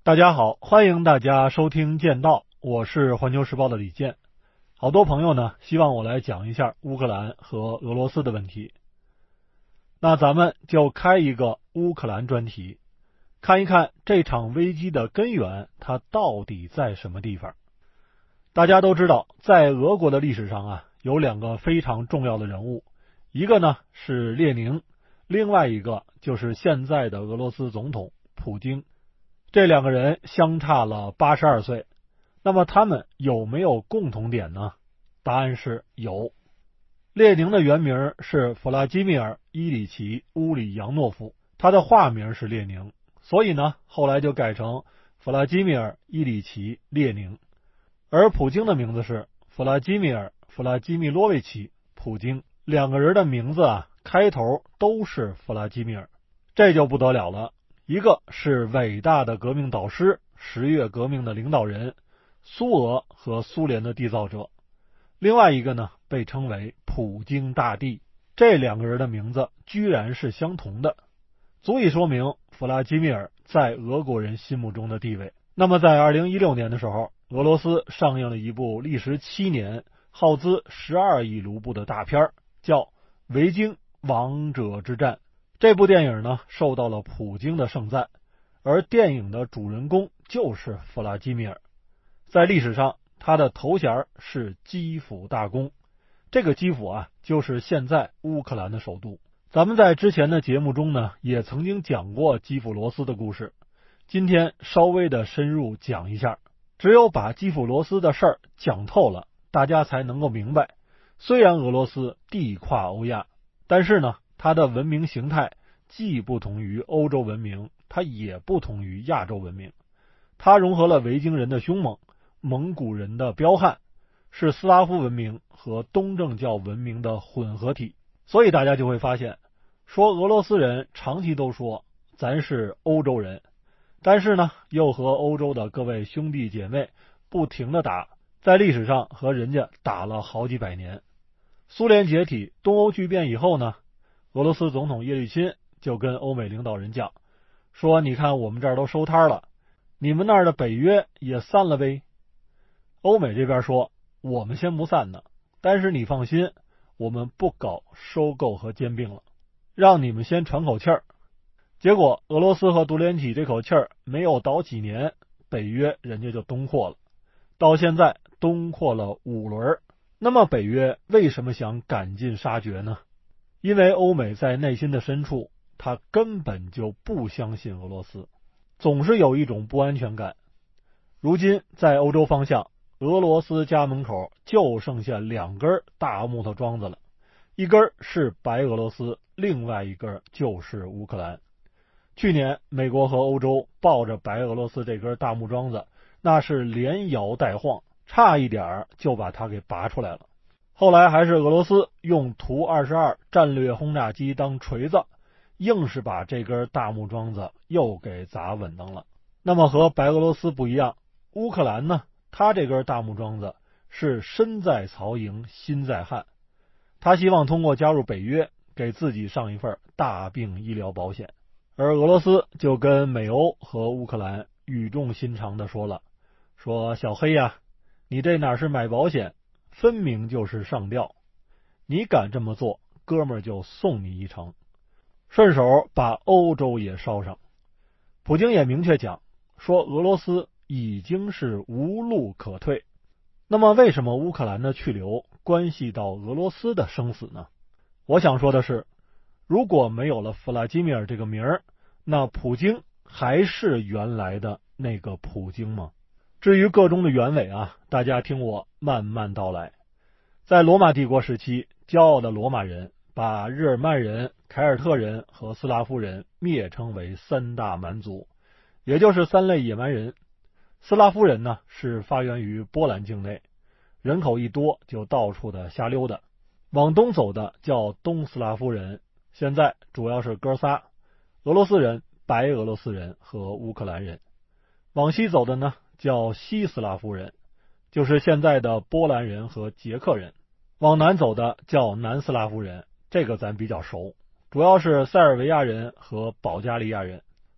大家好，欢迎大家收听剑道，我是环球时报的李健。好多朋友呢希望我来讲一下乌克兰和俄罗斯的问题，那咱们就开一个乌克兰专题，看一看这场危机的根源它到底在什么地方。大家都知道，在俄国的历史上有两个非常重要的人物，一个呢是列宁，另外一个就是现在的俄罗斯总统普京。这两个人相差了82岁，那么他们有没有共同点呢？答案是有。列宁的原名是弗拉基米尔·伊里奇·乌里扬诺夫，他的化名是列宁，所以呢后来就改成弗拉基米尔·伊里奇·列宁。而普京的名字是弗拉基米尔·弗拉基米洛维奇·普京，两个人的名字开头都是弗拉基米尔，这就不得了了。一个是伟大的革命导师，10月革命的领导人，苏俄和苏联的缔造者。另外一个呢，被称为普京大帝。这两个人的名字居然是相同的，足以说明弗拉基米尔在俄国人心目中的地位。那么在2016年的时候，俄罗斯上映了一部历时7年、耗资12亿卢布的大片，叫《维京王者之战》。这部电影呢受到了普京的盛赞，而电影的主人公就是弗拉基米尔。在历史上，他的头衔是基辅大公。这个基辅就是现在乌克兰的首都。咱们在之前的节目中呢也曾经讲过基辅罗斯的故事，今天稍微的深入讲一下。只有把基辅罗斯的事儿讲透了，大家才能够明白，虽然俄罗斯地跨欧亚，但是呢它的文明形态既不同于欧洲文明，它也不同于亚洲文明。它融合了维京人的凶猛、蒙古人的彪悍，是斯拉夫文明和东正教文明的混合体。所以大家就会发现，说俄罗斯人长期都说咱是欧洲人，但是呢又和欧洲的各位兄弟姐妹不停的打，在历史上和人家打了好几百年。苏联解体、东欧剧变以后呢，俄罗斯总统叶利钦就跟欧美领导人讲，说你看我们这儿都收摊了，你们那儿的北约也散了呗。欧美这边说我们先不散呢，但是你放心，我们不搞收购和兼并了，让你们先喘口气儿。结果俄罗斯和独联体这口气儿没有倒几年，北约人家就东扩了，到现在东扩了5轮。那么北约为什么想赶尽杀绝呢？因为欧美在内心的深处，他根本就不相信俄罗斯，总是有一种不安全感。如今在欧洲方向，俄罗斯家门口就剩下2根大木头桩子了，一根是白俄罗斯，另外一根就是乌克兰。去年美国和欧洲抱着白俄罗斯这根大木桩子，那是连摇带晃，差一点就把它给拔出来了。后来还是俄罗斯用图22战略轰炸机当锤子，硬是把这根大木桩子又给砸稳当了。那么和白俄罗斯不一样，乌克兰呢，他这根大木桩子是身在曹营心在汉，他希望通过加入北约给自己上一份大病医疗保险。而俄罗斯就跟美欧和乌克兰语重心长地说了，说小黑你这哪是买保险，分明就是上吊，你敢这么做，哥们儿就送你一程，顺手把欧洲也烧上。普京也明确讲，说俄罗斯已经是无路可退。那么为什么乌克兰的去留关系到俄罗斯的生死呢？我想说的是，如果没有了弗拉基米尔这个名儿，那普京还是原来的那个普京吗？至于个中的原委大家听我慢慢道来。在罗马帝国时期，骄傲的罗马人把日耳曼人、凯尔特人和斯拉夫人蔑称为3大蛮族，也就是3类野蛮人。斯拉夫人呢是发源于波兰境内，人口一多就到处的瞎溜达。往东走的叫东斯拉夫人，现在主要是哥仨，俄罗斯人、白俄罗斯人和乌克兰人。往西走的呢叫西斯拉夫人，就是现在的波兰人和捷克人。往南走的叫南斯拉夫人，这个咱比较熟，主要是塞尔维亚人和保加利亚人。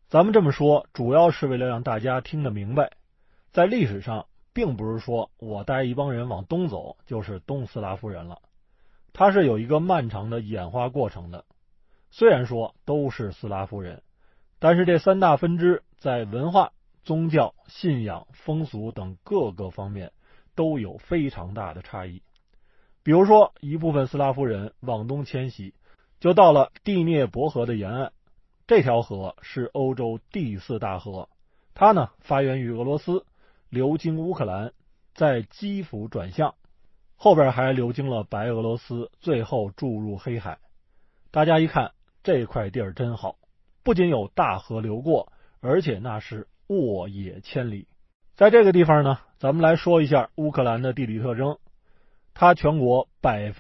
咱们这么说，主要是为了让大家听得明白，在历史上并不是说我带一帮人往东走就是东斯拉夫人了，它是有一个漫长的演化过程的。虽然说都是斯拉夫人，但是这三大分支在文化、宗教、信仰、风俗等各个方面都有非常大的差异。比如说，一部分斯拉夫人往东迁徙，就到了第聂伯河的沿岸。这条河是欧洲第4大河，它呢发源于俄罗斯，流经乌克兰，在基辅转向，后边还流经了白俄罗斯，最后注入黑海。大家一看，这块地儿真好，不仅有大河流过，而且那是沃野千里。在这个地方呢，咱们来说一下乌克兰的地理特征。它全国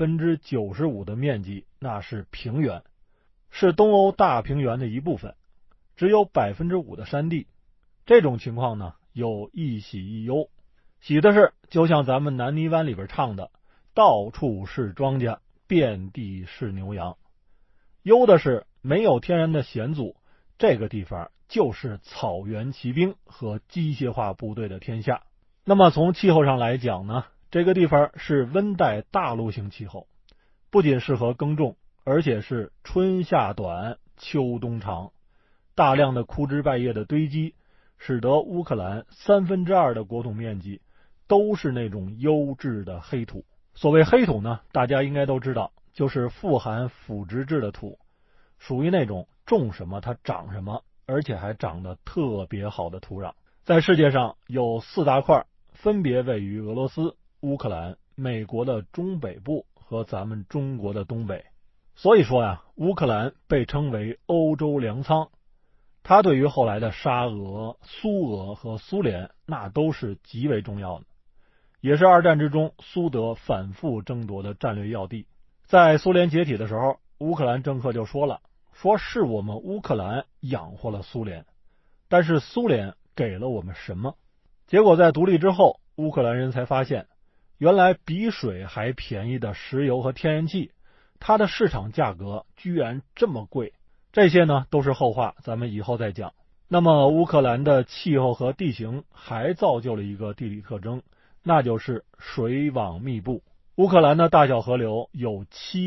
95% 的面积那是平原，是东欧大平原的一部分，只有 5% 的山地。这种情况呢，有一喜一忧。喜的是，就像咱们南泥湾里边唱的，到处是庄稼，遍地是牛羊。忧的是，没有天然的险阻，这个地方就是草原骑兵和机械化部队的天下。那么从气候上来讲呢，这个地方是温带大陆性气候，不仅适合耕种，而且是春夏短，秋冬长。大量的枯枝败叶的堆积，使得乌克兰2/3的国土面积都是那种优质的黑土。所谓黑土呢，大家应该都知道，就是富含腐殖质的土，属于那种种什么它长什么，而且还长得特别好的土壤。在世界上有4大块，分别位于俄罗斯、乌克兰、美国的中北部和咱们中国的东北。所以说呀，乌克兰被称为欧洲粮仓，它对于后来的沙俄、苏俄和苏联那都是极为重要的，也是二战之中苏德反复争夺的战略要地。在苏联解体的时候，乌克兰政客就说了，说是我们乌克兰养活了苏联，但是苏联给了我们什么？结果在独立之后，乌克兰人才发现，原来比水还便宜的石油和天然气，它的市场价格居然这么贵。这些呢都是后话，咱们以后再讲。那么乌克兰的气候和地形还造就了一个地理特征，那就是水网密布。乌克兰的大小河流有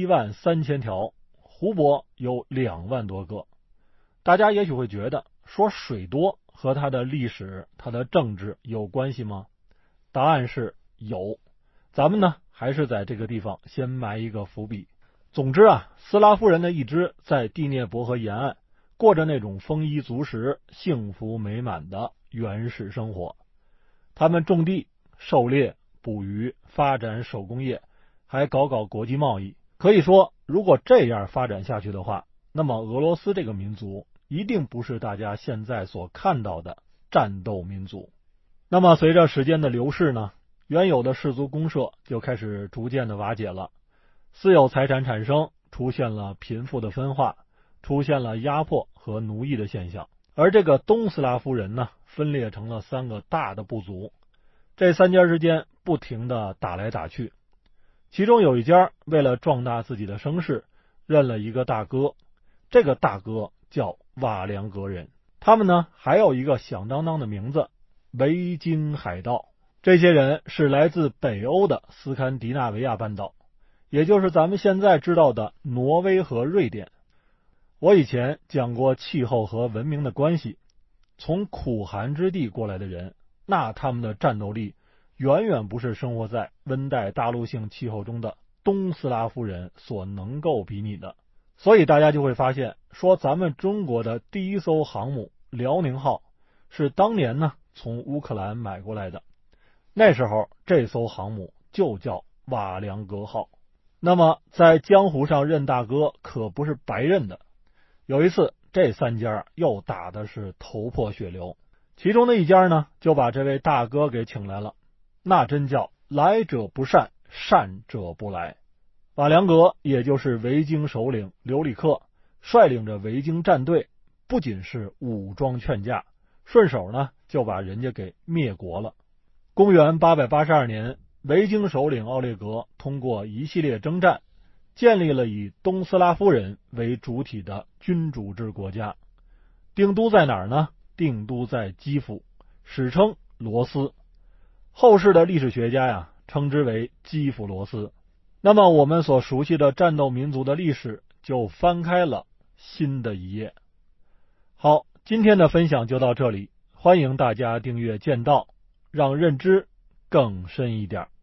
73000条，湖泊有2万多个。大家也许会觉得，说水多和它的历史、它的政治有关系吗？答案是有。咱们呢，还是在这个地方先埋一个伏笔。总之啊，斯拉夫人的一支在第聂伯河沿岸过着那种丰衣足食、幸福美满的原始生活。他们种地、狩猎、捕鱼，发展手工业，还搞国际贸易。可以说，如果这样发展下去的话，那么俄罗斯这个民族一定不是大家现在所看到的战斗民族。那么随着时间的流逝呢，原有的氏族公社就开始逐渐的瓦解了，私有财产产生，出现了贫富的分化，出现了压迫和奴役的现象。而这个东斯拉夫人呢，分裂成了3个大的部族，这3家之间不停的打来打去。其中有一家为了壮大自己的声势，认了一个大哥，这个大哥叫瓦良格人。他们呢还有一个响当当的名字，维京海盗。这些人是来自北欧的斯堪的纳维亚半岛，也就是咱们现在知道的挪威和瑞典。我以前讲过气候和文明的关系，从苦寒之地过来的人，那他们的战斗力远远不是生活在温带大陆性气候中的东斯拉夫人所能够比拟的。所以大家就会发现，说咱们中国的第一艘航母辽宁号是当年呢从乌克兰买过来的，那时候这艘航母就叫瓦良格号。那么在江湖上认大哥可不是白认的。有一次这3家又打的是头破血流，其中的一家呢就把这位大哥给请来了，那真叫来者不善，善者不来。瓦良格也就是维京首领刘里克率领着维京战队，不仅是武装劝架，顺手呢就把人家给灭国了。公元882年，维京首领奥列格通过一系列征战，建立了以东斯拉夫人为主体的君主制国家。 定都在哪儿呢？定都在基辅，史称罗斯。后世的历史学家呀，称之为基辅罗斯。那么我们所熟悉的战斗民族的历史就翻开了新的一页。好，今天的分享就到这里，欢迎大家订阅剑道，让认知更深一点。